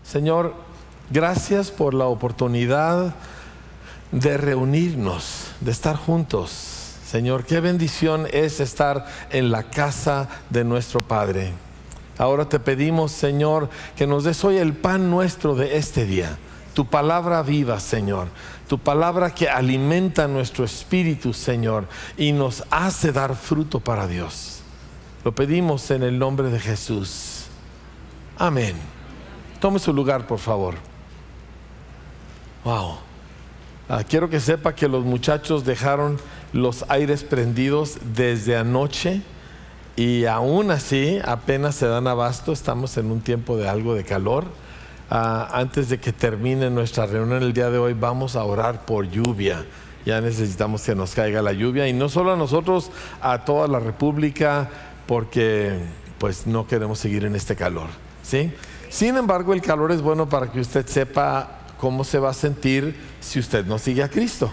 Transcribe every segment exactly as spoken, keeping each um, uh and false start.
Señor, gracias por la oportunidad de reunirnos, de estar juntos. Señor, qué bendición es estar en la casa de nuestro Padre. Ahora te pedimos, Señor, que nos des hoy el pan nuestro de este día. Tu palabra viva, Señor. Tu palabra que alimenta nuestro espíritu, Señor, y nos hace dar fruto para Dios. Lo pedimos en el nombre de Jesús. Amén. Tome su lugar, por favor. Wow. Ah, quiero que sepa que los muchachos dejaron los aires prendidos desde anoche y aún así apenas se dan abasto. Estamos en un tiempo de algo de calor. Ah, antes de que termine nuestra reunión el día de hoy, vamos a orar por lluvia. Ya necesitamos que nos caiga la lluvia, y no solo a nosotros, a toda la República, porque pues no queremos seguir en este calor, ¿sí? Sin embargo, el calor es bueno para que usted sepa cómo se va a sentir si usted no sigue a Cristo.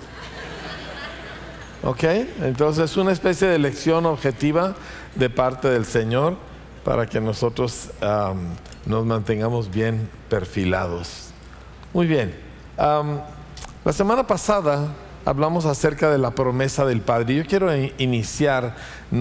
¿Ok? Entonces es una especie de lección objetiva de parte del Señor para que nosotros um, nos mantengamos bien perfilados. Muy bien. Um, la semana pasada hablamos acerca de la promesa del Padre. Yo quiero iniciar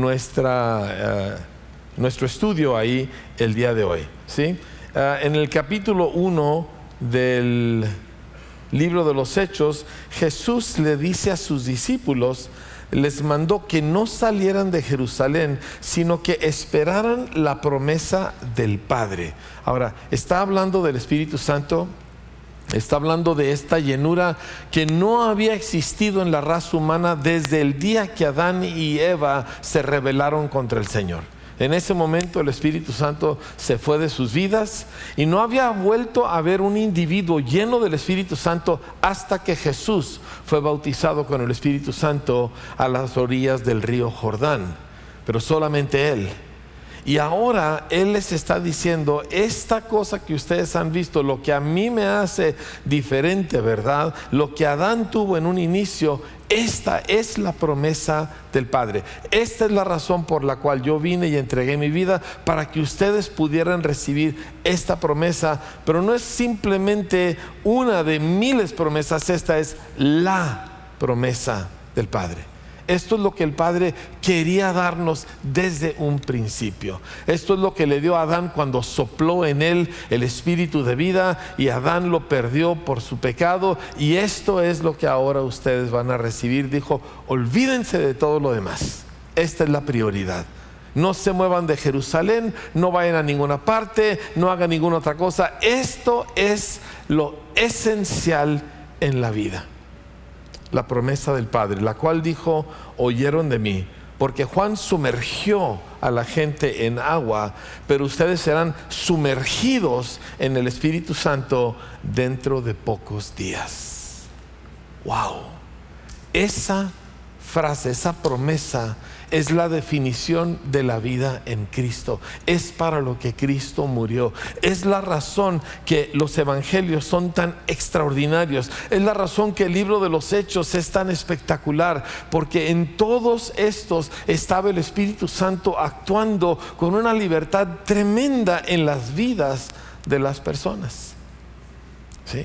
nuestra, uh, nuestro estudio ahí el día de hoy, ¿sí? Uh, en el capítulo uno del libro de los Hechos, Jesús le dice a sus discípulos, les mandó que no salieran de Jerusalén, sino que esperaran la promesa del Padre. Ahora, está hablando del Espíritu Santo, está hablando de esta llenura que no había existido en la raza humana desde el día que Adán y Eva se rebelaron contra el Señor. En ese momento el Espíritu Santo se fue de sus vidas y no había vuelto a ver un individuo lleno del Espíritu Santo hasta que Jesús fue bautizado con el Espíritu Santo a las orillas del río Jordán, pero solamente Él. Y ahora Él les está diciendo, esta cosa que ustedes han visto, lo que a mí me hace diferente, ¿verdad? Lo que Adán tuvo en un inicio, esta es la promesa del Padre. Esta es la razón por la cual yo vine y entregué mi vida, para que ustedes pudieran recibir esta promesa. Pero no es simplemente una de miles promesas, esta es la promesa del Padre. Esto es lo que el Padre quería darnos desde un principio. Esto es lo que le dio a Adán cuando sopló en él el espíritu de vida y Adán lo perdió por su pecado, y esto es lo que ahora ustedes van a recibir. Dijo, olvídense de todo lo demás. Esta es la prioridad. No se muevan de Jerusalén, no vayan a ninguna parte, no hagan ninguna otra cosa. Esto es lo esencial en la vida. La promesa del Padre, la cual dijo, oyeron de mí, porque Juan sumergió a la gente en agua, pero ustedes serán sumergidos en el Espíritu Santo dentro de pocos días. Wow, esa frase, esa promesa es la definición de la vida en Cristo. Es para lo que Cristo murió. Es la razón que los evangelios son tan extraordinarios. Es la razón que el libro de los Hechos es tan espectacular, porque en todos estos estaba el Espíritu Santo actuando con una libertad tremenda en las vidas de las personas. ¿Sí?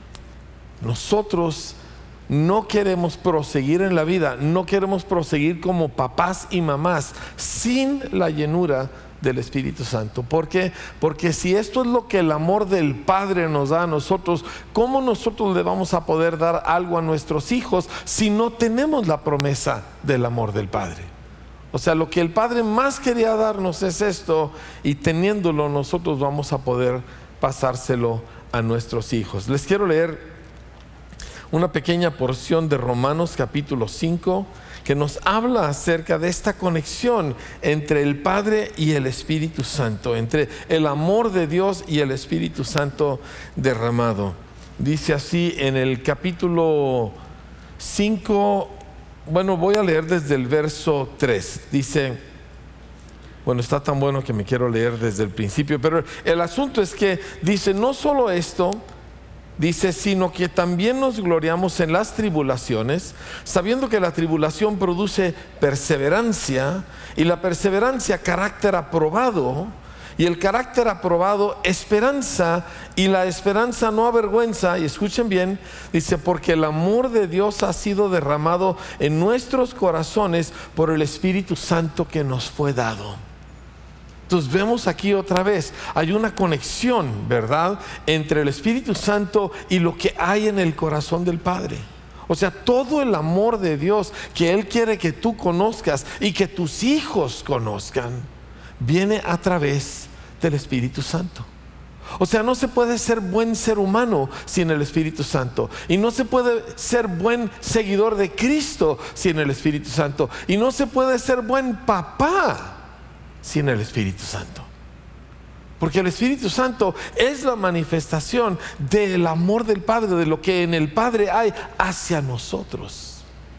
Nosotros no queremos proseguir en la vida, no queremos proseguir como papás y mamás sin la llenura del Espíritu Santo. ¿Por qué? Porque si esto es lo que el amor del Padre nos da a nosotros, ¿cómo nosotros le vamos a poder dar algo a nuestros hijos si no tenemos la promesa del amor del Padre? O sea, lo que el Padre más quería darnos es esto, y teniéndolo nosotros vamos a poder pasárselo a nuestros hijos. Les quiero leer una pequeña porción de Romanos capítulo cinco, que nos habla acerca de esta conexión entre el Padre y el Espíritu Santo, entre el amor de Dios y el Espíritu Santo derramado. Dice así en el capítulo cinco, bueno, voy a leer desde el verso tres. Dice, bueno, está tan bueno que me quiero leer desde el principio, pero el asunto es que dice, no solo esto, dice, sino que también nos gloriamos en las tribulaciones, sabiendo que la tribulación produce perseverancia, y la perseverancia carácter aprobado, Y el carácter aprobado, esperanza, y la esperanza no avergüenza. Y escuchen bien, dice, porque el amor de Dios ha sido derramado en nuestros corazones por el Espíritu Santo que nos fue dado. Entonces vemos aquí otra vez, hay una conexión, ¿verdad?, entre el Espíritu Santo y lo que hay en el corazón del Padre. O sea, todo el amor de Dios que Él quiere que tú conozcas y que tus hijos conozcan, viene a través del Espíritu Santo. O sea, no se puede ser buen ser humano sin el Espíritu Santo. Y no se puede ser buen seguidor de Cristo sin el Espíritu Santo. Y no se puede ser buen papá sin el Espíritu Santo. Porque el Espíritu Santo es la manifestación del amor del Padre, de lo que en el Padre hay hacia nosotros.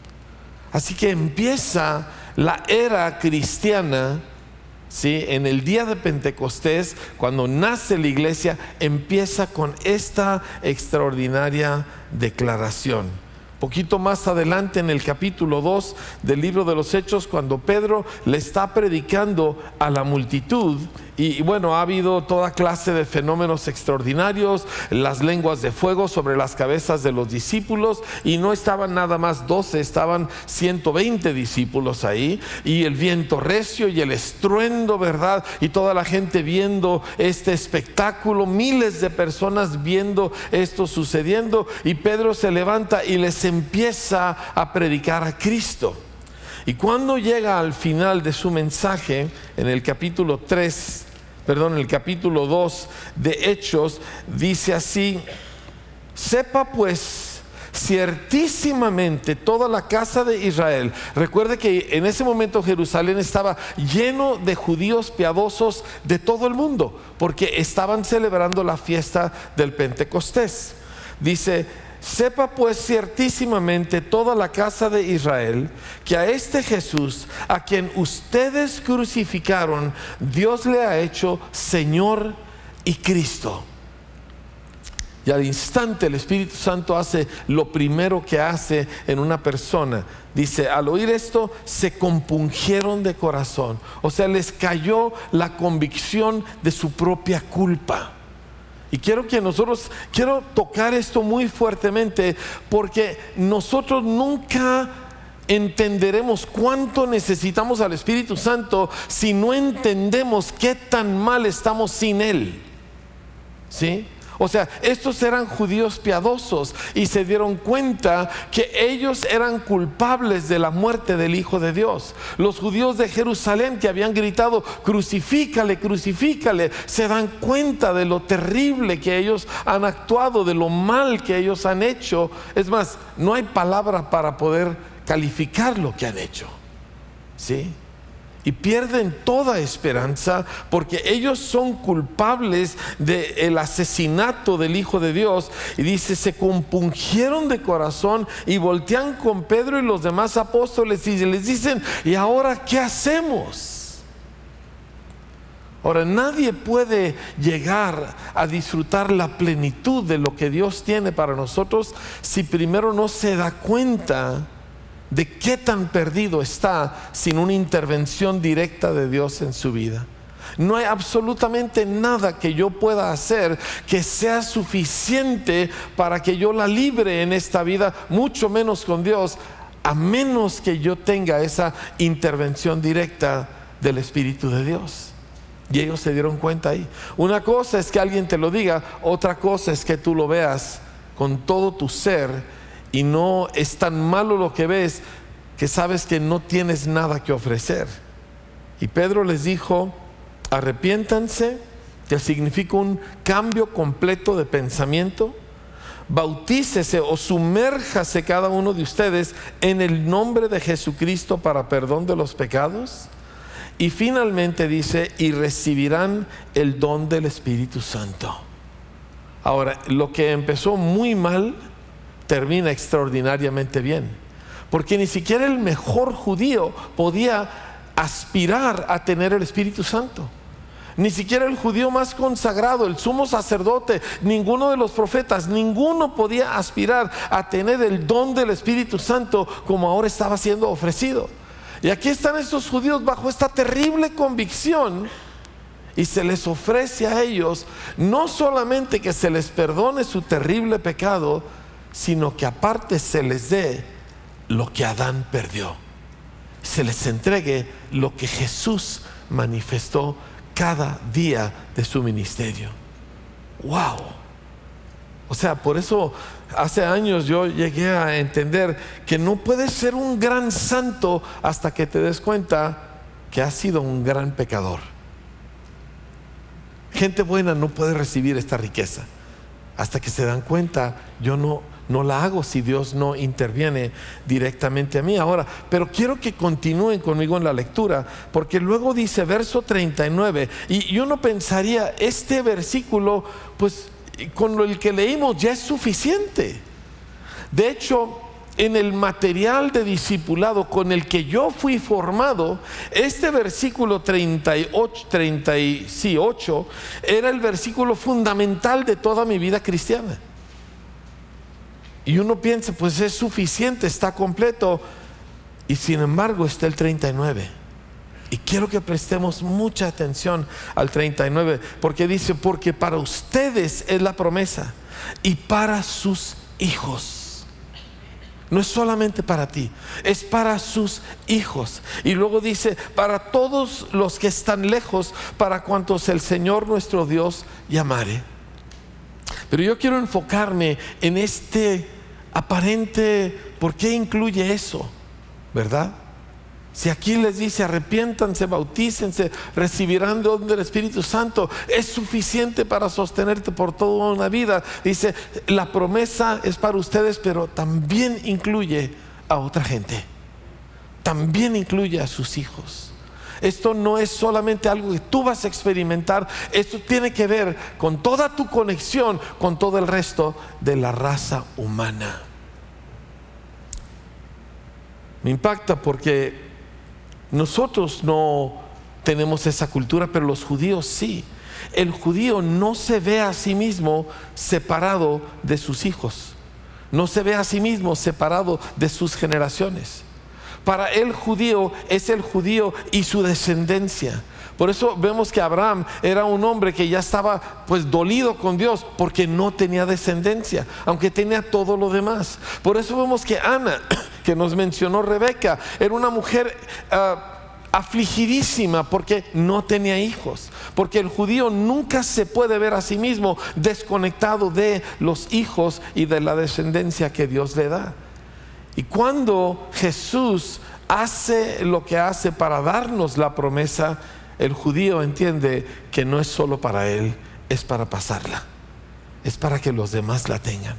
Así que empieza la era cristiana, ¿sí?, en el día de Pentecostés, cuando nace la iglesia, empieza con esta extraordinaria declaración. Poquito más adelante, en el capítulo dos del libro de los Hechos, cuando Pedro le está predicando a la multitud, y, y bueno, ha habido toda clase de fenómenos extraordinarios, las lenguas de fuego sobre las cabezas de los discípulos, y no estaban nada más doce, estaban ciento veinte discípulos ahí, y el viento recio y el estruendo, ¿verdad?, y toda la gente viendo este espectáculo, miles de personas viendo esto sucediendo, y Pedro se levanta y les empieza a predicar a Cristo. Y cuando llega al final de su mensaje, en el capítulo tres, perdón, en el capítulo dos de Hechos, dice así: sepa pues ciertísimamente toda la casa de Israel. Recuerde que en ese momento Jerusalén estaba lleno de judíos piadosos de todo el mundo, porque estaban celebrando la fiesta del Pentecostés. Dice: sepa pues ciertísimamente toda la casa de Israel que a este Jesús, a quien ustedes crucificaron, Dios le ha hecho Señor y Cristo. Y al instante el Espíritu Santo hace lo primero que hace en una persona. Dice, al oír esto se compungieron de corazón. O sea, les cayó la convicción de su propia culpa. Y quiero que nosotros, quiero tocar esto muy fuertemente, porque nosotros nunca entenderemos cuánto necesitamos al Espíritu Santo si no entendemos qué tan mal estamos sin Él. ¿Sí? O sea, estos eran judíos piadosos y se dieron cuenta que ellos eran culpables de la muerte del Hijo de Dios. Los judíos de Jerusalén que habían gritado crucifícale, crucifícale, se dan cuenta de lo terrible que ellos han actuado, de lo mal que ellos han hecho. Es más, no hay palabra para poder calificar lo que han hecho. ¿Sí? Y pierden toda esperanza porque ellos son culpables del asesinato del Hijo de Dios. Y dice, se compungieron de corazón y voltean con Pedro y los demás apóstoles y les dicen, ¿y ahora qué hacemos? Ahora, nadie puede llegar a disfrutar la plenitud de lo que Dios tiene para nosotros si primero no se da cuenta de qué tan perdido está sin una intervención directa de Dios en su vida. No hay absolutamente nada que yo pueda hacer que sea suficiente para que yo la libre en esta vida, mucho menos con Dios, a menos que yo tenga esa intervención directa del Espíritu de Dios. Y ellos se dieron cuenta ahí. Una cosa es que alguien te lo diga, otra cosa es que tú lo veas con todo tu ser. Y no es tan malo lo que ves que sabes que no tienes nada que ofrecer. Y Pedro les dijo, arrepiéntanse, que significa un cambio completo de pensamiento. Bautícese o sumérjase cada uno de ustedes en el nombre de Jesucristo para perdón de los pecados. Y finalmente dice, y recibirán el don del Espíritu Santo. Ahora, lo que empezó muy mal termina extraordinariamente bien, porque ni siquiera el mejor judío podía aspirar a tener el Espíritu Santo. Ni siquiera el judío más consagrado, el sumo sacerdote, ninguno de los profetas, ninguno podía aspirar a tener el don del Espíritu Santo como ahora estaba siendo ofrecido. Y aquí están estos judíos bajo esta terrible convicción y se les ofrece a ellos no solamente que se les perdone su terrible pecado, sino que aparte se les dé lo que Adán perdió. Se les entregue lo que Jesús manifestó cada día de su ministerio. ¡Wow! O sea, por eso hace años yo llegué a entender que no puedes ser un gran santo hasta que te des cuenta que has sido un gran pecador. Gente buena no puede recibir esta riqueza hasta que se dan cuenta, yo no, no la hago si Dios no interviene directamente a mí. Ahora, pero quiero que continúen conmigo en la lectura, porque luego dice verso treinta y nueve, y, y uno pensaría, este versículo, pues con el que leímos ya es suficiente. De hecho, en el material de discipulado con el que yo fui formado, este versículo treinta y ocho, treinta y ocho era el versículo fundamental de toda mi vida cristiana. Y uno piensa, pues es suficiente, está completo, y sin embargo está el treinta y nueve. Y quiero que prestemos mucha atención al treinta y nueve, porque dice, porque para ustedes es la promesa y para sus hijos. No es solamente para ti, es para sus hijos. Y luego dice, para todos los que están lejos, para cuantos el Señor nuestro Dios llamare. Pero yo quiero enfocarme en este aparente, ¿por qué incluye eso? ¿Verdad? Si aquí les dice arrepiéntanse, bautícense, recibirán don del Espíritu Santo, es suficiente para sostenerte por toda una vida. Dice, la promesa es para ustedes, pero también incluye a otra gente, también incluye a sus hijos. Esto no es solamente algo que tú vas a experimentar, esto tiene que ver con toda tu conexión con todo el resto de la raza humana. Me impacta porque nosotros no tenemos esa cultura, pero los judíos sí. El judío no se ve a sí mismo separado de sus hijos, no se ve a sí mismo separado de sus generaciones. Para el judío es el judío y su descendencia. Por eso vemos que Abraham era un hombre que ya estaba pues dolido con Dios porque no tenía descendencia, aunque tenía todo lo demás. Por eso vemos que Ana, que nos mencionó Rebeca, era una mujer uh, afligidísima porque no tenía hijos. Porque el judío nunca se puede ver a sí mismo desconectado de los hijos y de la descendencia que Dios le da. Y cuando Jesús hace lo que hace para darnos la promesa, el judío entiende que no es solo para él, es para pasarla, es para que los demás la tengan.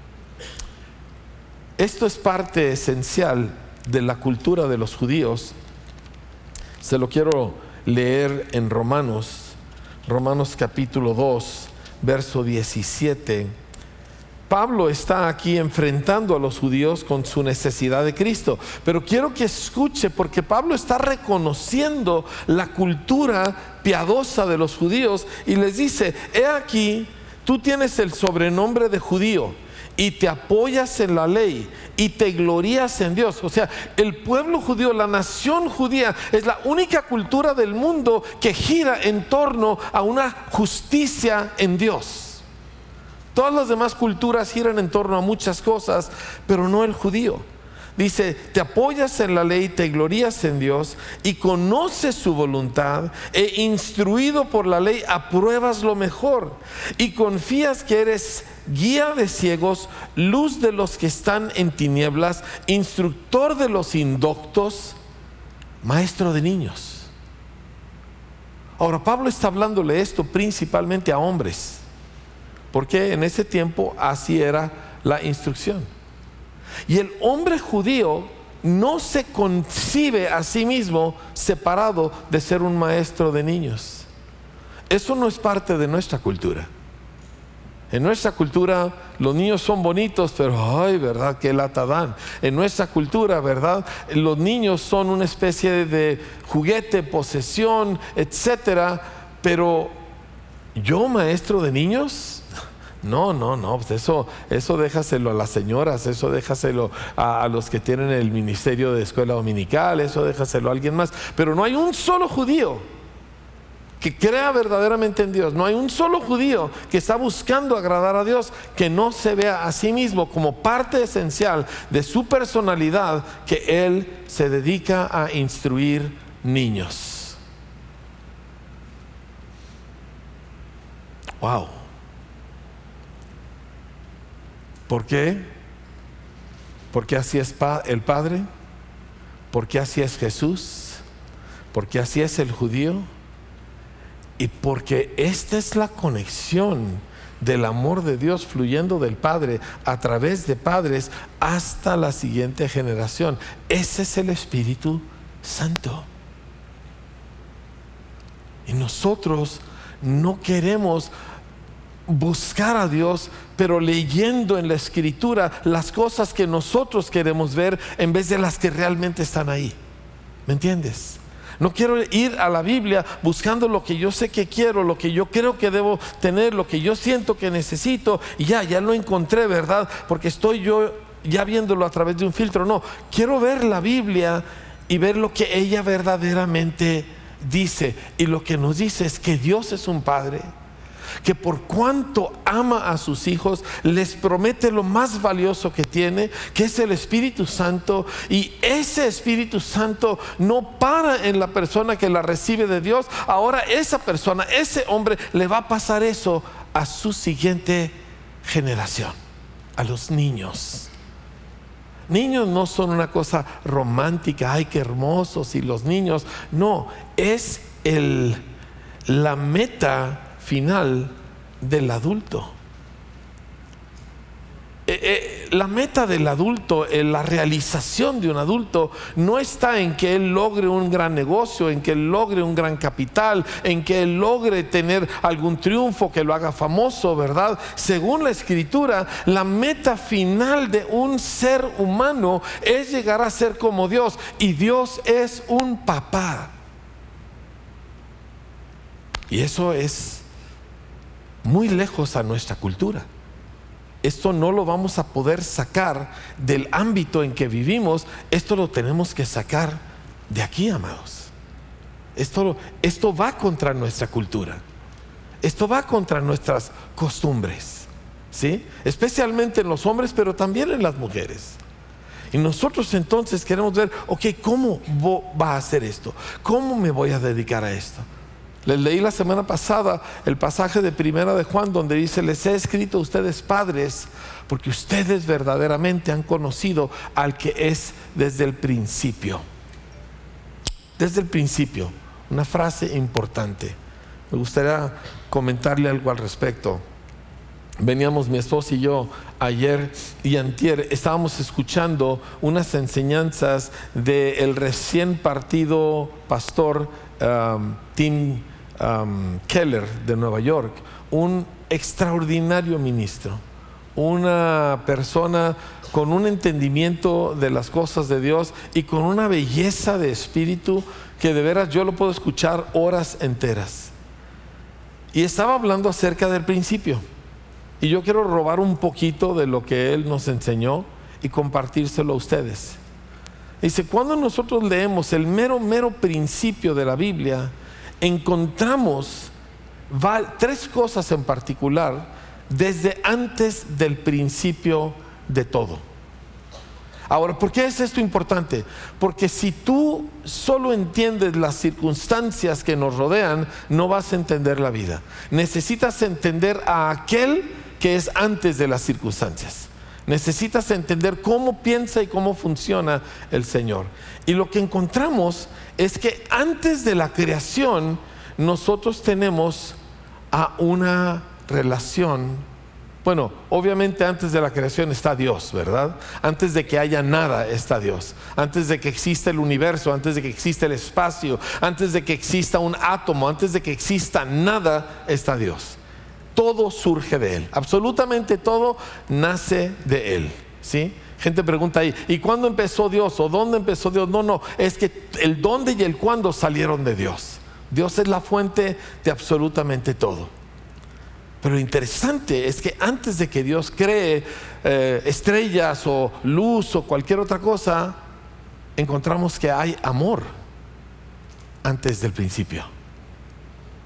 Esto es parte esencial de la cultura de los judíos. Se lo quiero leer en Romanos, Romanos capítulo dos, verso diecisiete. Pablo está aquí enfrentando a los judíos con su necesidad de Cristo, pero quiero que escuche, porque Pablo está reconociendo la cultura piadosa de los judíos y les dice, he aquí, tú tienes el sobrenombre de judío y te apoyas en la ley y te glorías en Dios. O sea, el pueblo judío, la nación judía, es la única cultura del mundo que gira en torno a una justicia en Dios. Todas las demás culturas giran en torno a muchas cosas, pero no el judío. Dice, te apoyas en la ley, te glorías en Dios y conoces su voluntad, e instruido por la ley apruebas lo mejor y confías que eres guía de ciegos, luz de los que están en tinieblas, instructor de los indoctos, maestro de niños. Ahora, Pablo está hablándole esto principalmente a hombres, porque en ese tiempo así era la instrucción. Y el hombre judío no se concibe a sí mismo separado de ser un maestro de niños. Eso no es parte de nuestra cultura. En nuestra cultura los niños son bonitos, pero ay, verdad, qué lata dan. En nuestra cultura, verdad, los niños son una especie de juguete, posesión, etcétera. Pero yo, maestro de niños, no, no, no, pues eso, eso déjaselo a las señoras, eso déjaselo a, a los que tienen el ministerio de escuela dominical, eso déjaselo a alguien más. Pero no hay un solo judío que crea verdaderamente en Dios. No hay un solo judío que está buscando agradar a Dios que no se vea a sí mismo como parte esencial de su personalidad, que Él se dedica a instruir niños. Wow. ¿Por qué? Porque así es el Padre, porque así es Jesús, porque así es el judío, y porque esta es la conexión del amor de Dios fluyendo del Padre a través de padres hasta la siguiente generación. Ese es el Espíritu Santo. Y nosotros no queremos buscar a Dios, pero leyendo en la Escritura las cosas que nosotros queremos ver en vez de las que realmente están ahí. ¿Me entiendes? No quiero ir a la Biblia buscando lo que yo sé que quiero, lo que yo creo que debo tener, lo que yo siento que necesito, y ya, ya lo encontré, ¿verdad? Porque estoy yo ya viéndolo a través de un filtro. No, quiero ver la Biblia y ver lo que ella verdaderamente dice. Y lo que nos dice es que Dios es un Padre que por cuanto ama a sus hijos, les promete lo más valioso que tiene, que es el Espíritu Santo. Y ese Espíritu Santo no para en la persona que la recibe de Dios. Ahora esa persona, ese hombre, le va a pasar eso a su siguiente generación, a los niños. Niños no son una cosa romántica, ay, qué hermosos, y los niños, no, es el, la meta final del adulto. Eh, eh, la meta del adulto, eh, la realización de un adulto no está en que él logre un gran negocio, en que él logre un gran capital, en que él logre tener algún triunfo que lo haga famoso, ¿verdad? Según la Escritura, la meta final de un ser humano es llegar a ser como Dios, y Dios es un papá. Y eso es muy lejos a nuestra cultura. Esto no lo vamos a poder sacar del ámbito en que vivimos. Esto lo tenemos que sacar de aquí, amados. Esto, esto va contra nuestra cultura. Esto va contra nuestras costumbres, ¿sí? Especialmente en los hombres, pero también en las mujeres. Y nosotros entonces queremos ver, ok, ¿cómo va a hacer esto? ¿Cómo me voy a dedicar a esto? Les leí la semana pasada el pasaje de Primera de Juan, donde dice: les he escrito a ustedes, padres, porque ustedes verdaderamente han conocido al que es desde el principio. Desde el principio. Una frase importante. Me gustaría comentarle algo al respecto. Veníamos mi esposa y yo ayer y antier, estábamos escuchando unas enseñanzas del recién partido pastor um, Tim um, Keller de Nueva York, un extraordinario ministro, una persona con un entendimiento de las cosas de Dios y con una belleza de espíritu que de veras yo lo puedo escuchar horas enteras. Y estaba hablando acerca del principio. Y yo quiero robar un poquito de lo que él nos enseñó y compartírselo a ustedes. Dice: cuando nosotros leemos el mero, mero principio de la Biblia, encontramos tres cosas en particular desde antes del principio de todo. Ahora, ¿por qué es esto importante? Porque si tú solo entiendes las circunstancias que nos rodean, no vas a entender la vida. Necesitas entender a aquel que es antes de las circunstancias. Necesitas entender cómo piensa y cómo funciona el Señor. Y lo que encontramos es que antes de la creación, nosotros tenemos a una relación. Bueno, obviamente antes de la creación está Dios, ¿verdad? Antes de que haya nada está Dios. Antes de que exista el universo, antes de que exista el espacio, antes de que exista un átomo, antes de que exista nada está Dios. Todo surge de Él, absolutamente todo nace de Él, ¿sí? Gente pregunta ahí: ¿y cuándo empezó Dios? ¿O dónde empezó Dios? No, no, es que el dónde y el cuándo salieron de Dios. Dios es la fuente de absolutamente todo. Pero lo interesante es que antes de que Dios cree eh, estrellas o luz o cualquier otra cosa, encontramos que hay amor antes del principio.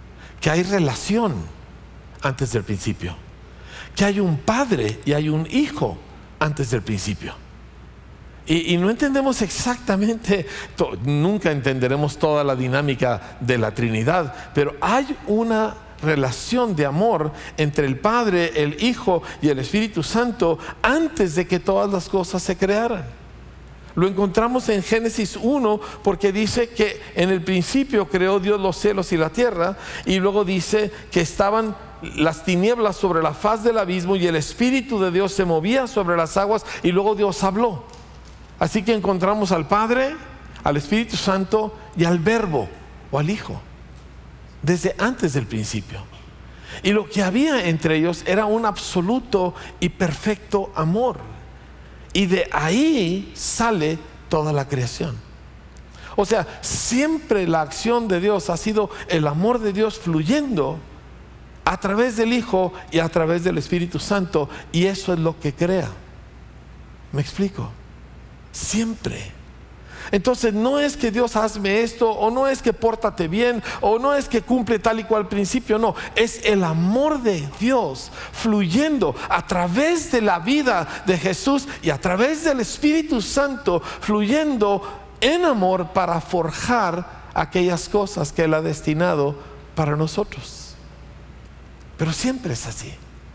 que hay relación antes del principio, que hay un padre y hay un hijo antes del principio. Y, y no entendemos exactamente, to, nunca entenderemos toda la dinámica de la Trinidad, pero hay una relación de amor entre el Padre, el Hijo y el Espíritu Santo antes de que todas las cosas se crearan. Lo encontramos en Génesis uno, porque dice que en el principio creó Dios los cielos y la tierra, y luego dice que estaban las tinieblas sobre la faz del abismo y el Espíritu de Dios se movía sobre las aguas, y luego Dios habló. Así que encontramos al Padre, al Espíritu Santo y al Verbo o al Hijo desde antes del principio. Y lo que había entre ellos era un absoluto y perfecto amor. Y de ahí sale toda la creación. O sea, siempre la acción de Dios ha sido el amor de Dios fluyendo a través del Hijo y a través del Espíritu Santo. Y eso es lo que crea. ¿Me explico? Siempre. Entonces no es que Dios hazme esto, o no es que pórtate bien, o no es que cumple tal y cual principio. No, es el amor de Dios fluyendo a través de la vida de Jesús y a través del Espíritu Santo fluyendo en amor para forjar aquellas cosas que Él ha destinado para nosotros. Pero siempre es así.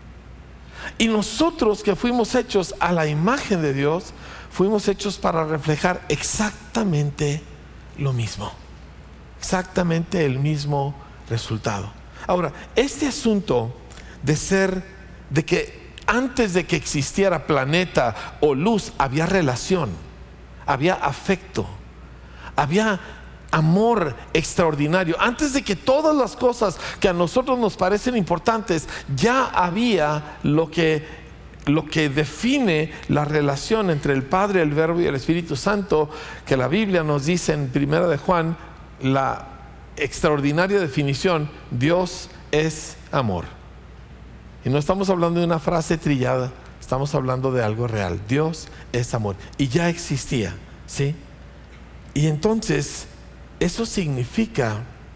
Y nosotros que fuimos hechos a la imagen de Dios, fuimos hechos para reflejar exactamente lo mismo, exactamente el mismo resultado. Ahora, este asunto de ser, de que antes de que existiera planeta o luz, había relación, había afecto, había amor extraordinario. Antes de que todas las cosas que a nosotros nos parecen importantes, ya había lo que lo que define la relación entre el Padre, el Verbo y el Espíritu Santo, que la Biblia nos dice en Primera de Juan, la extraordinaria definición: Dios es amor. Y no estamos hablando de una frase trillada, estamos hablando de algo real. Dios es amor. Y ya existía, ¿sí? Y entonces, eso significa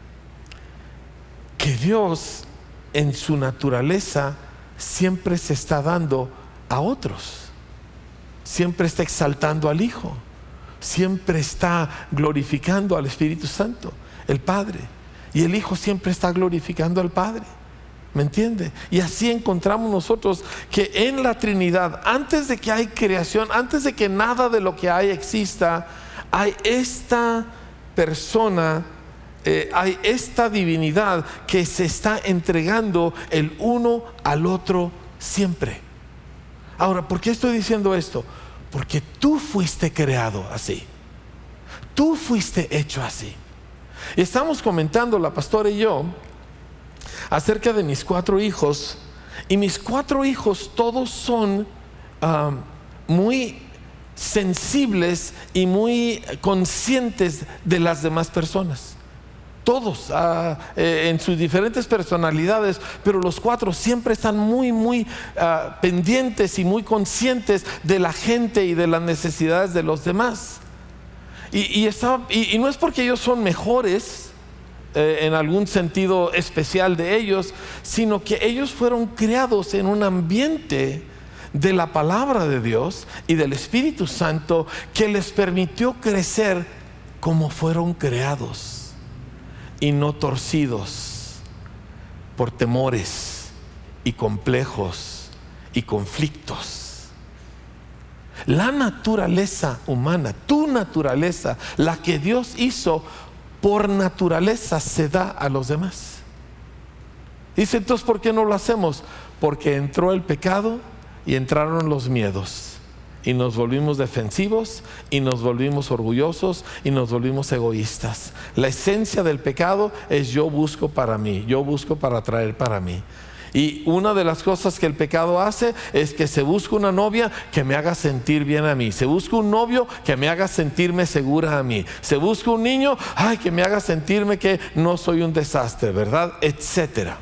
que Dios, en su naturaleza, siempre se está dando a otros, siempre está exaltando al Hijo, siempre está glorificando al Espíritu Santo, el Padre, y el Hijo siempre está glorificando al Padre. ¿Me entiende? Y así encontramos nosotros que en la Trinidad, antes de que hay creación, antes de que nada de lo que hay exista, hay esta persona, Eh, hay esta divinidad que se está entregando el uno al otro siempre. Ahora, ¿por qué estoy diciendo esto? Porque tú fuiste creado así, tú fuiste hecho así. Y estamos comentando la pastora y yo acerca de mis cuatro hijos, y mis cuatro hijos todos son uh, muy sensibles y muy conscientes de las demás personas. Todos uh, eh, en sus diferentes personalidades, pero los cuatro siempre están muy, muy uh, pendientes y muy conscientes de la gente y de las necesidades de los demás. Y, y, está, y, y no es porque ellos son mejores eh, en algún sentido especial de ellos, sino que ellos fueron creados en un ambiente de la palabra de Dios y del Espíritu Santo que les permitió crecer como fueron creados, y no torcidos por temores y complejos y conflictos. La naturaleza humana, tu naturaleza, la que Dios hizo por naturaleza, se da a los demás. Dice, entonces, ¿por qué no lo hacemos? Porque entró el pecado y entraron los miedos, y nos volvimos defensivos, y nos volvimos orgullosos, y nos volvimos egoístas. La esencia del pecado es: yo busco para mí, yo busco para traer para mí. Y una de las cosas que el pecado hace es que se busca una novia que me haga sentir bien a mí, se busca un novio que me haga sentirme segura a mí, se busca un niño, ay, que me haga sentirme que no soy un desastre, ¿verdad? Etcétera.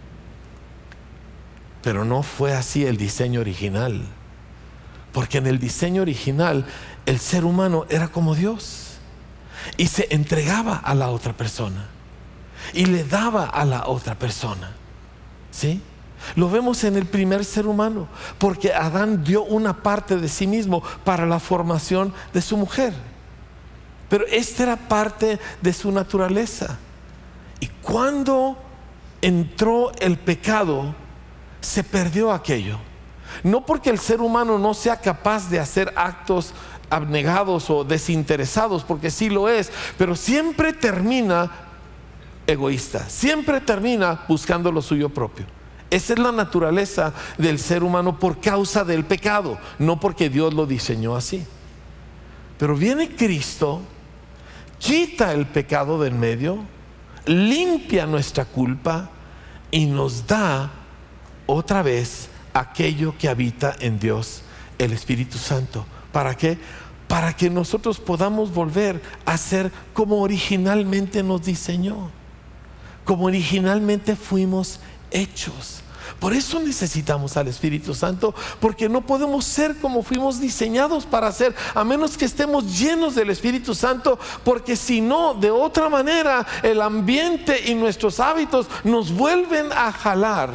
Pero no fue así el diseño original. Porque en el diseño original el ser humano era como Dios y se entregaba a la otra persona. y le daba a la otra persona. ¿Sí? Lo vemos en el primer ser humano, porque Adán dio una parte de sí mismo para la formación de su mujer. Pero esta era parte de su naturaleza. Y cuando entró el pecado, se perdió aquello. No porque el ser humano no sea capaz de hacer actos abnegados o desinteresados, porque sí lo es, pero siempre termina egoísta, siempre termina buscando lo suyo propio. Esa es la naturaleza del ser humano por causa del pecado, no porque Dios lo diseñó así. Pero viene Cristo, quita el pecado del medio, limpia nuestra culpa y nos da otra vez aquello que habita en Dios, el Espíritu Santo. ¿Para qué? Para que nosotros podamos volver a ser como originalmente nos diseñó, como originalmente fuimos hechos. Por eso necesitamos al Espíritu Santo, porque no podemos ser como fuimos diseñados para ser, a menos que estemos llenos del Espíritu Santo, porque si no, de otra manera, el ambiente y nuestros hábitos nos vuelven a jalar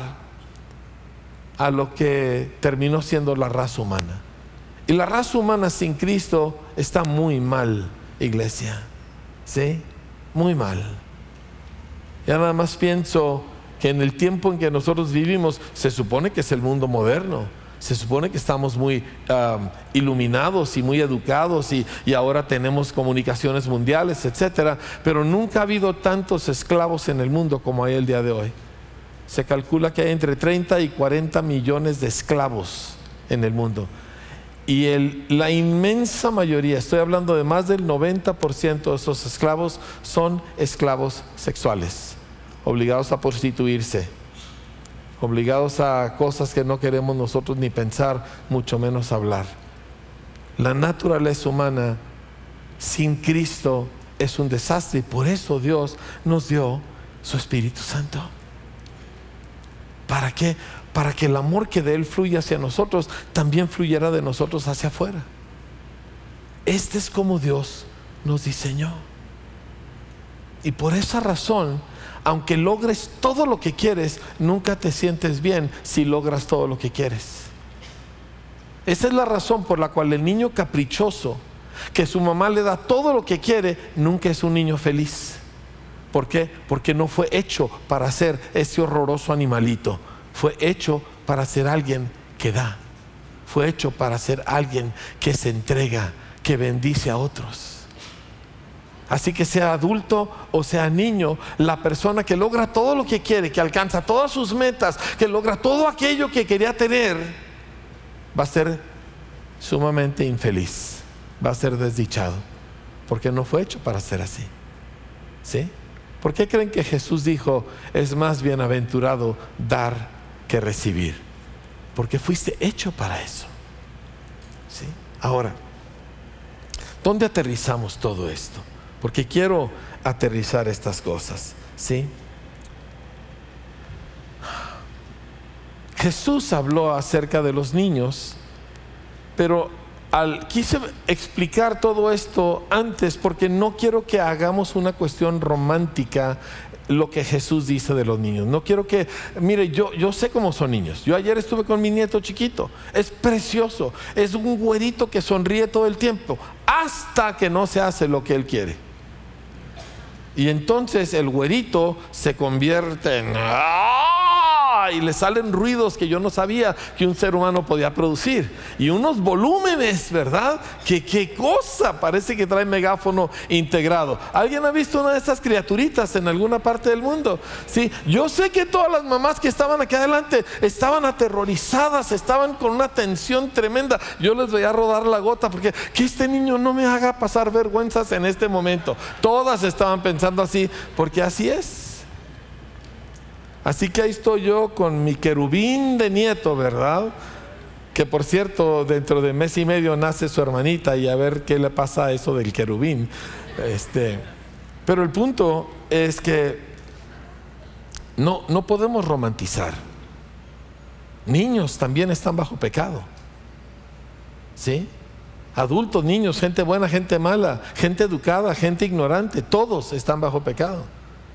a lo que terminó siendo la raza humana. Y la raza humana sin Cristo está muy mal, iglesia. ¿Sí? Muy mal. Ya nada más pienso que en el tiempo en que nosotros vivimos, se supone que es el mundo moderno, se supone que estamos muy um, iluminados y muy educados y, y ahora tenemos comunicaciones mundiales, etcétera, pero nunca ha habido tantos esclavos en el mundo como hay el día de hoy. Se calcula que hay entre treinta y cuarenta millones de esclavos en el mundo, y el, la inmensa mayoría, estoy hablando de más del noventa por ciento de esos esclavos, son esclavos sexuales, obligados a prostituirse, obligados a cosas que no queremos nosotros ni pensar, mucho menos hablar. La naturaleza humana sin Cristo es un desastre, y por eso Dios nos dio su Espíritu Santo. ¿Para qué? Para que el amor que de Él fluye hacia nosotros también fluyera de nosotros hacia afuera. Este es como Dios nos diseñó. Y por esa razón, aunque logres todo lo que quieres, nunca te sientes bien si logras todo lo que quieres. Esa es la razón por la cual el niño caprichoso, que su mamá le da todo lo que quiere, nunca es un niño feliz. ¿Por qué? Porque no fue hecho para ser ese horroroso animalito. Fue hecho para ser alguien que da. Fue hecho para ser alguien que se entrega, que bendice a otros. Así que sea adulto o sea niño, la persona que logra todo lo que quiere, que alcanza todas sus metas, que logra todo aquello que quería tener, va a ser sumamente infeliz, va a ser desdichado, porque no fue hecho para ser así. ¿Sí? ¿Por qué creen que Jesús dijo, es más bienaventurado dar que recibir? Porque fuiste hecho para eso. ¿Sí? Ahora, ¿dónde aterrizamos todo esto? Porque quiero aterrizar estas cosas. ¿Sí? Jesús habló acerca de los niños, pero al, quise explicar todo esto antes porque no quiero que hagamos una cuestión romántica lo que Jesús dice de los niños. No quiero que, mire, yo, yo sé cómo son niños. Yo ayer estuve con mi nieto chiquito. Es precioso. Es un güerito que sonríe todo el tiempo, hasta que no se hace lo que él quiere. Y entonces el güerito se convierte en ¡ah! Y le salen ruidos que yo no sabía que un ser humano podía producir, y unos volúmenes, ¿verdad? Que qué cosa, parece que trae megáfono integrado. ¿Alguien ha visto una de estas criaturitas en alguna parte del mundo? Sí, yo sé que todas las mamás que estaban aquí adelante estaban aterrorizadas, estaban con una tensión tremenda. Yo les voy a rodar la gota porque que este niño no me haga pasar vergüenzas en este momento. Todas estaban pensando así, porque así es. Así que ahí estoy yo con mi querubín de nieto, ¿verdad? Que por cierto, dentro de mes y medio nace su hermanita, y a ver qué le pasa a eso del querubín. Este, pero el punto es que no, no podemos romantizar. Niños también están bajo pecado. ¿Sí? Adultos, niños, gente buena, gente mala, gente educada, gente ignorante, todos están bajo pecado.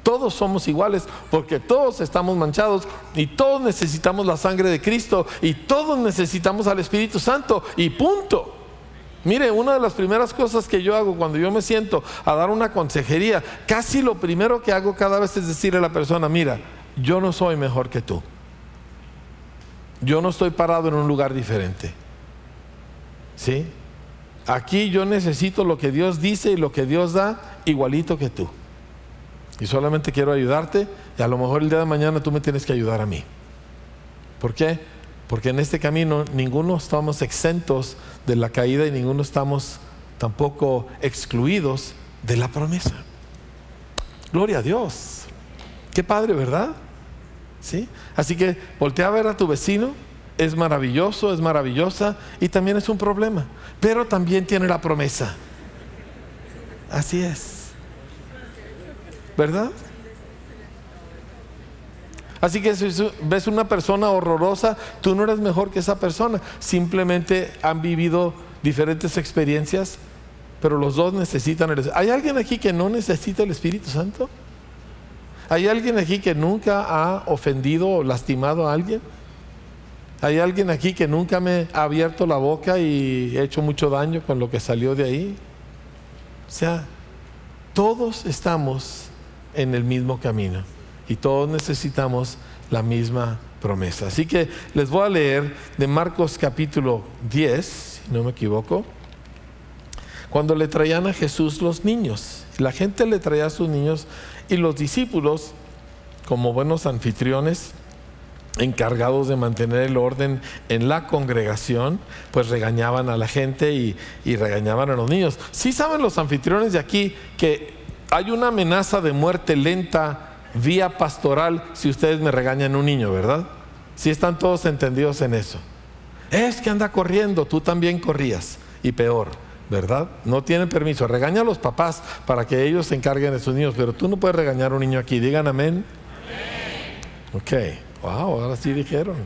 todos somos iguales, porque todos estamos manchados y todos necesitamos la sangre de Cristo y todos necesitamos al Espíritu Santo y punto. Mire, una de las primeras cosas que yo hago cuando yo me siento a dar una consejería, casi lo primero que hago cada vez es decirle a la persona: mira, yo no soy mejor que tú, yo no estoy parado en un lugar diferente, ¿sí? Aquí yo necesito lo que Dios dice y lo que Dios da igualito que tú, y solamente quiero ayudarte, y a lo mejor el día de mañana tú me tienes que ayudar a mí. ¿Por qué? Porque en este camino ninguno estamos exentos de la caída y ninguno estamos tampoco excluidos de la promesa. Gloria a Dios. Qué padre, ¿verdad? ¿Sí? Así que voltea a ver a tu vecino. Es maravilloso, es maravillosa, y también es un problema, pero también tiene la promesa. Así es, ¿verdad? Así que si ves una persona horrorosa, tú no eres mejor que esa persona. Simplemente han vivido diferentes experiencias, pero los dos necesitan el... ¿Hay alguien aquí que no necesita el Espíritu Santo? ¿Hay alguien aquí que nunca ha ofendido o lastimado a alguien? ¿Hay alguien aquí que nunca me ha abierto la boca y he hecho mucho daño con lo que salió de ahí? O sea, todos estamos en el mismo camino y todos necesitamos la misma promesa. Así que les voy a leer de Marcos capítulo diez, si no me equivoco, cuando le traían a Jesús los niños. La gente le traía a sus niños y los discípulos, como buenos anfitriones, encargados de mantener el orden en la congregación, pues regañaban a la gente y, y regañaban a los niños. Sí saben los anfitriones de aquí que hay una amenaza de muerte lenta vía pastoral si ustedes me regañan a un niño, ¿verdad? Sí están todos entendidos en eso. Es que anda corriendo, tú también corrías, y peor, ¿verdad? No tienen permiso. Regaña a los papás para que ellos se encarguen de sus niños, pero tú no puedes regañar a un niño aquí. Digan amén. Amén. Ok. Wow, ahora sí dijeron.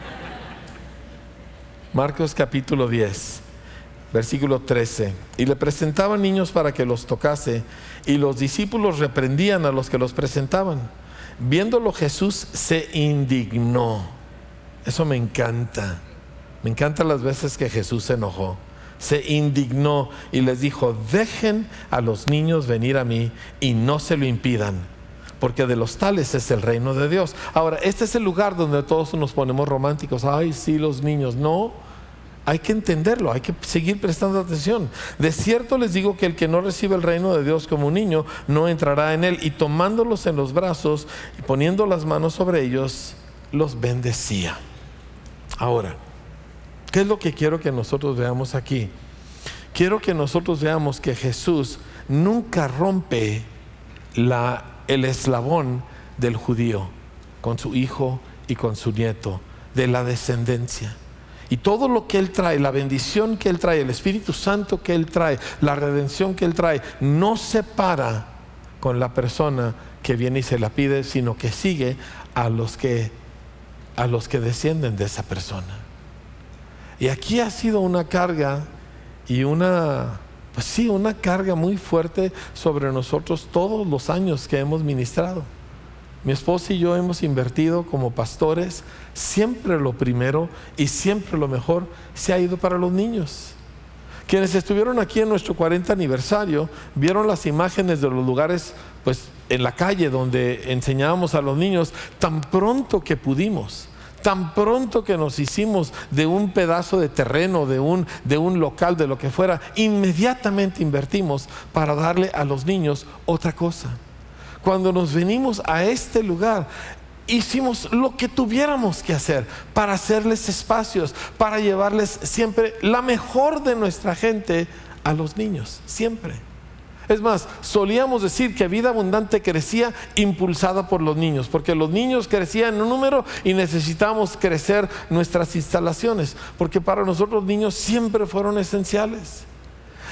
Marcos capítulo diez, versículo trece. Y le presentaban niños para que los tocase, y los discípulos reprendían a los que los presentaban. Viéndolo Jesús se indignó. Eso me encanta. Me encantan las veces que Jesús se enojó. Se indignó y les dijo: dejen a los niños venir a mí y no se lo impidan, porque de los tales es el reino de Dios. Ahora, este es el lugar donde todos nos ponemos románticos. Ay, sí, los niños. No, hay que entenderlo, hay que seguir prestando atención. De cierto les digo que el que no recibe el reino de Dios como un niño, no entrará en él. Y tomándolos en los brazos y poniendo las manos sobre ellos, los bendecía. Ahora, ¿qué es lo que quiero que nosotros veamos aquí? Quiero que nosotros veamos que Jesús nunca rompe la el eslabón del judío con su hijo y con su nieto, de la descendencia. Y todo lo que Él trae, la bendición que Él trae, el Espíritu Santo que Él trae, la redención que Él trae, no se para con la persona que viene y se la pide, sino que sigue a los que, a los que descienden de esa persona. Y aquí ha sido una carga y una... Pues sí, una carga muy fuerte sobre nosotros todos los años que hemos ministrado. Mi esposa y yo hemos invertido como pastores, siempre lo primero y siempre lo mejor se ha ido para los niños. Quienes estuvieron aquí en nuestro cuarenta aniversario vieron las imágenes de los lugares, pues en la calle donde enseñábamos a los niños tan pronto que pudimos. Tan pronto que nos hicimos de un pedazo de terreno, de un, de un local, de lo que fuera, inmediatamente invertimos para darle a los niños otra cosa. Cuando nos venimos a este lugar, hicimos lo que tuviéramos que hacer para hacerles espacios, para llevarles siempre la mejor de nuestra gente a los niños, siempre. Es más, solíamos decir que Vida Abundante crecía impulsada por los niños, porque los niños crecían en un número y necesitamos crecer nuestras instalaciones, porque para nosotros los niños siempre fueron esenciales.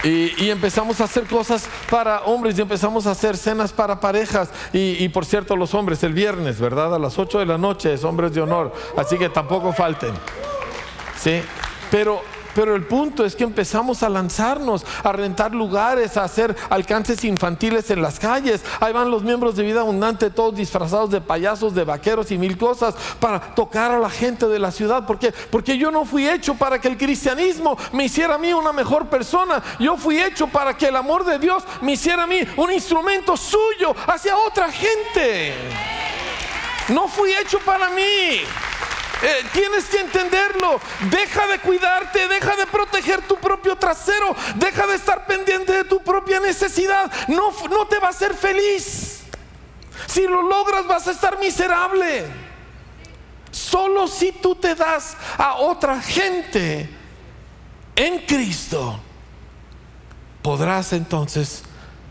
Y, y empezamos a hacer cosas para hombres y empezamos a hacer cenas para parejas. Y, y por cierto, los hombres, el viernes, ¿verdad? A las ocho de la noche es hombres de honor. Así que tampoco falten. ¿Sí? Pero... Pero el punto es que empezamos a lanzarnos, a rentar lugares, a hacer alcances infantiles en las calles. Ahí van los miembros de Vida Abundante, todos disfrazados de payasos, de vaqueros y mil cosas, para tocar a la gente de la ciudad. ¿Por qué? Porque yo no fui hecho para que el cristianismo me hiciera a mí una mejor persona. Yo fui hecho para que el amor de Dios me hiciera a mí un instrumento suyo hacia otra gente. No fui hecho para mí. Eh, tienes que entenderlo. Deja de cuidarte, deja de proteger tu propio trasero, deja de estar pendiente de tu propia necesidad. No, no te va a hacer feliz. Si lo logras vas a estar miserable. Solo si tú te das a otra gente en Cristo, podrás entonces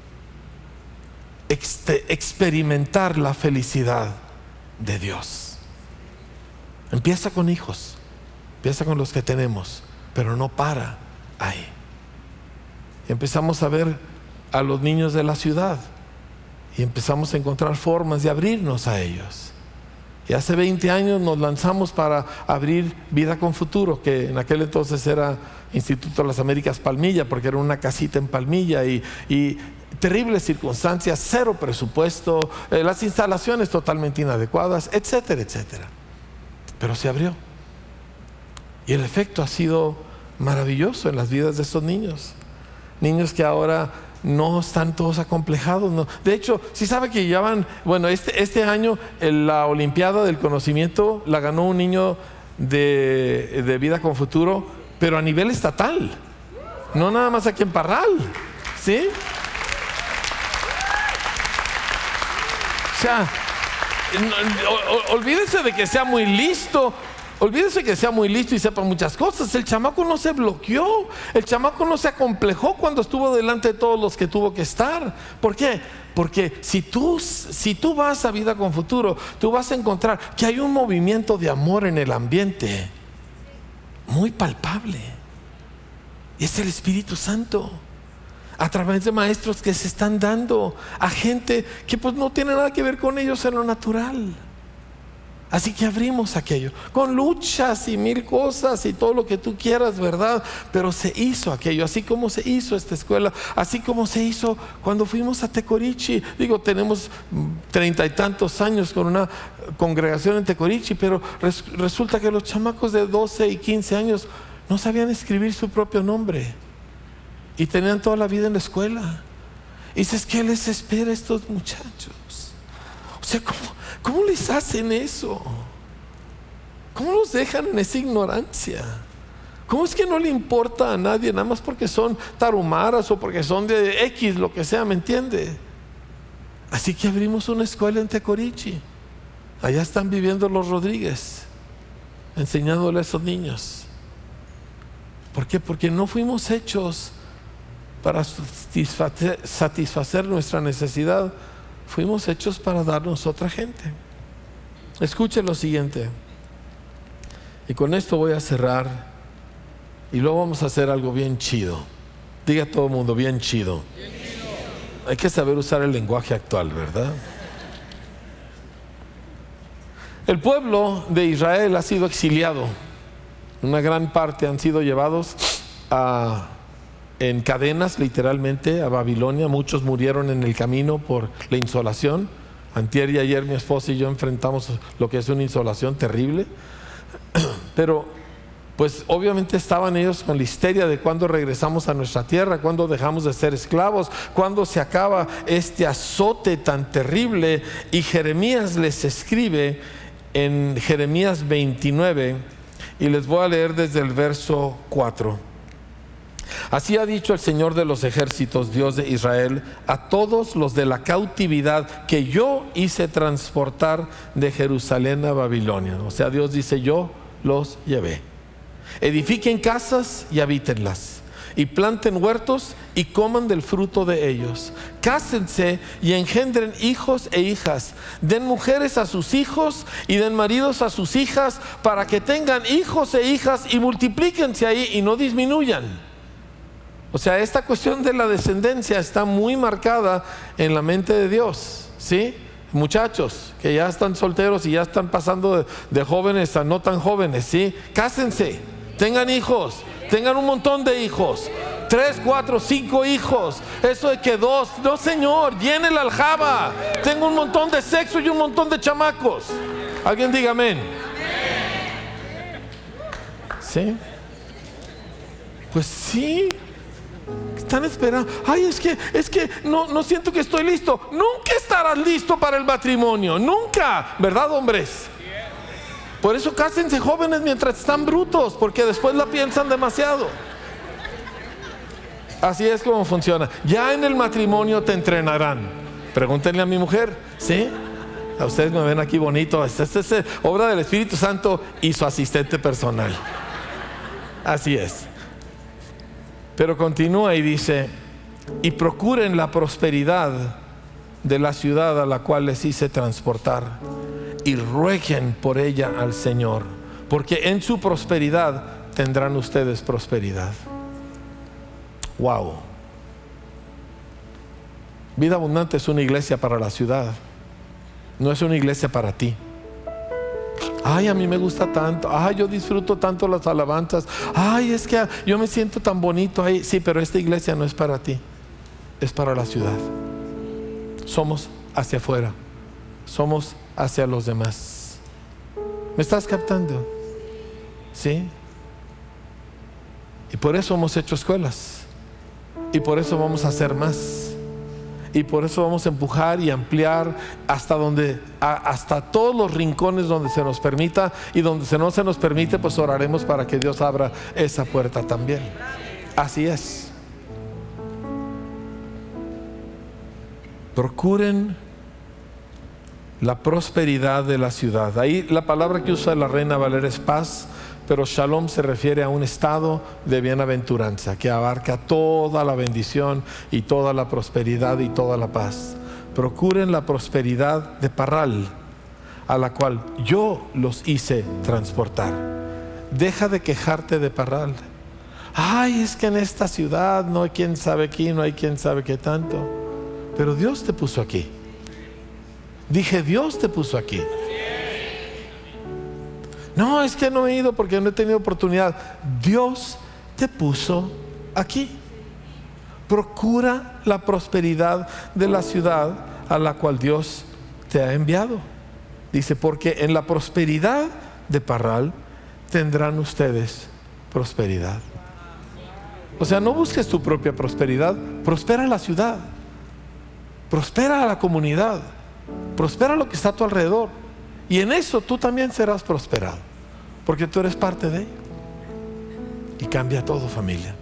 ex- experimentar la felicidad de Dios. Empieza con hijos, empieza con los que tenemos, pero no para ahí. Empezamos a ver a los niños de la ciudad y empezamos a encontrar formas de abrirnos a ellos. Y hace veinte años nos lanzamos para abrir Vida con Futuro, que en aquel entonces era Instituto de las Américas Palmilla, porque era una casita en Palmilla y, y terribles circunstancias, cero presupuesto, eh, las instalaciones totalmente inadecuadas, etcétera, etcétera. Pero se abrió. Y el efecto ha sido maravilloso en las vidas de estos niños. Niños que ahora no están todos acomplejados. No. De hecho, si sabe que llevan, bueno, este, este año la Olimpiada del Conocimiento la ganó un niño de, de Vida con Futuro, pero a nivel estatal. No nada más aquí en Parral. ¿Sí? O sea, no, olvídese de que sea muy listo. Olvídese que sea muy listo y sepa muchas cosas. El chamaco no se bloqueó. El chamaco no se acomplejó cuando estuvo delante de todos los que tuvo que estar. ¿Por qué? Porque si tú, si tú vas a Vida con Futuro, tú vas a encontrar que hay un movimiento de amor en el ambiente muy palpable. Y es el Espíritu Santo, a través de maestros que se están dando a gente que pues no tiene nada que ver con ellos en lo natural. Así que abrimos aquello, con luchas y mil cosas y todo lo que tú quieras, ¿verdad? Pero se hizo aquello, así como se hizo esta escuela, así como se hizo cuando fuimos a Tecorichi. Digo, tenemos treinta y tantos años con una congregación en Tecorichi, pero res, resulta que los chamacos de doce y quince años no sabían escribir su propio nombre. Y tenían toda la vida en la escuela. Y dices, ¿qué les espera a estos muchachos? O sea, ¿cómo, cómo les hacen eso? ¿Cómo los dejan en esa ignorancia? ¿Cómo es que no le importa a nadie nada más porque son tarumaras o porque son de X, lo que sea, ¿me entiende? Así que abrimos una escuela en Tecorichi. Allá están viviendo los Rodríguez, enseñándole a esos niños. ¿Por qué? Porque no fuimos hechos para satisfacer, satisfacer nuestra necesidad. Fuimos hechos para darnos a otra gente. Escuche lo siguiente, y con esto voy a cerrar, y luego vamos a hacer algo bien chido. Diga todo el mundo, bien chido. Bien chido. Hay que saber usar el lenguaje actual, ¿verdad? El pueblo de Israel ha sido exiliado. Una gran parte han sido llevados a en cadenas, literalmente, a Babilonia. Muchos murieron en el camino por la insolación. Antier y ayer mi esposa y yo enfrentamos lo que es una insolación terrible. Pero pues obviamente estaban ellos con la histeria de cuándo regresamos a nuestra tierra, cuándo dejamos de ser esclavos, cuándo se acaba este azote tan terrible. Y Jeremías les escribe en Jeremías veintinueve, y les voy a leer desde el verso cuatro. Así ha dicho el Señor de los ejércitos, Dios de Israel, a todos los de la cautividad que yo hice transportar de Jerusalén a Babilonia. O sea, Dios dice, yo los llevé. Edifiquen casas y habítenlas, y planten huertos y coman del fruto de ellos. Cásense y engendren hijos e hijas. Den mujeres a sus hijos y den maridos a sus hijas, para que tengan hijos e hijas y multiplíquense ahí y no disminuyan. O sea, esta cuestión de la descendencia está muy marcada en la mente de Dios, ¿sí? Muchachos que ya están solteros y ya están pasando de, de jóvenes a no tan jóvenes, ¿sí? Cásense, tengan hijos, tengan un montón de hijos, tres, cuatro, cinco hijos. Eso de que dos, no señor, llene la aljaba. Tengo un montón de sexo y un montón de chamacos. Alguien diga amén. ¿Sí? Pues sí. Están esperando. Ay, es que, es que no, no siento que estoy listo. Nunca estarás listo para el matrimonio. Nunca, ¿verdad, hombres? Por eso cásense jóvenes mientras están brutos, porque después la piensan demasiado. Así es como funciona. Ya en el matrimonio te entrenarán. Pregúntenle a mi mujer, ¿sí? A ustedes me ven aquí bonito. Esta es, es, es obra del Espíritu Santo y su asistente personal. Así es. Pero continúa y dice: y procuren la prosperidad de la ciudad a la cual les hice transportar, y rueguen por ella al Señor, porque en su prosperidad tendrán ustedes prosperidad. Wow. Vida Abundante es una iglesia para la ciudad, no es una iglesia para ti. Ay, a mí me gusta tanto. Ay, yo disfruto tanto las alabanzas. Ay, es que yo me siento tan bonito ahí. Sí, pero esta iglesia no es para ti, es para la ciudad. Somos hacia afuera, somos hacia los demás. ¿Me estás captando? ¿Sí? Y por eso hemos hecho escuelas, y por eso vamos a hacer más, y por eso vamos a empujar y ampliar hasta donde, a, hasta todos los rincones donde se nos permita, y donde se no se nos permite, pues oraremos para que Dios abra esa puerta también. Así es. Procuren la prosperidad de la ciudad. Ahí la palabra que usa la Reina Valera es paz, pero shalom se refiere a un estado de bienaventuranza que abarca toda la bendición y toda la prosperidad y toda la paz. Procuren la prosperidad de Parral, a la cual yo los hice transportar. Deja de quejarte de Parral. Ay, es que en esta ciudad no hay quien sabe aquí, no hay quien sabe qué tanto. Pero Dios te puso aquí. Dije, Dios te puso aquí. No, es que no he ido porque no he tenido oportunidad. Dios te puso aquí. Procura la prosperidad de la ciudad a la cual Dios te ha enviado. Dice, porque en la prosperidad de Parral tendrán ustedes prosperidad. O sea, no busques tu propia prosperidad. Prospera la ciudad, prospera la comunidad, prospera lo que está a tu alrededor. Y en eso tú también serás prosperado, porque tú eres parte de ello. Y cambia todo, familia.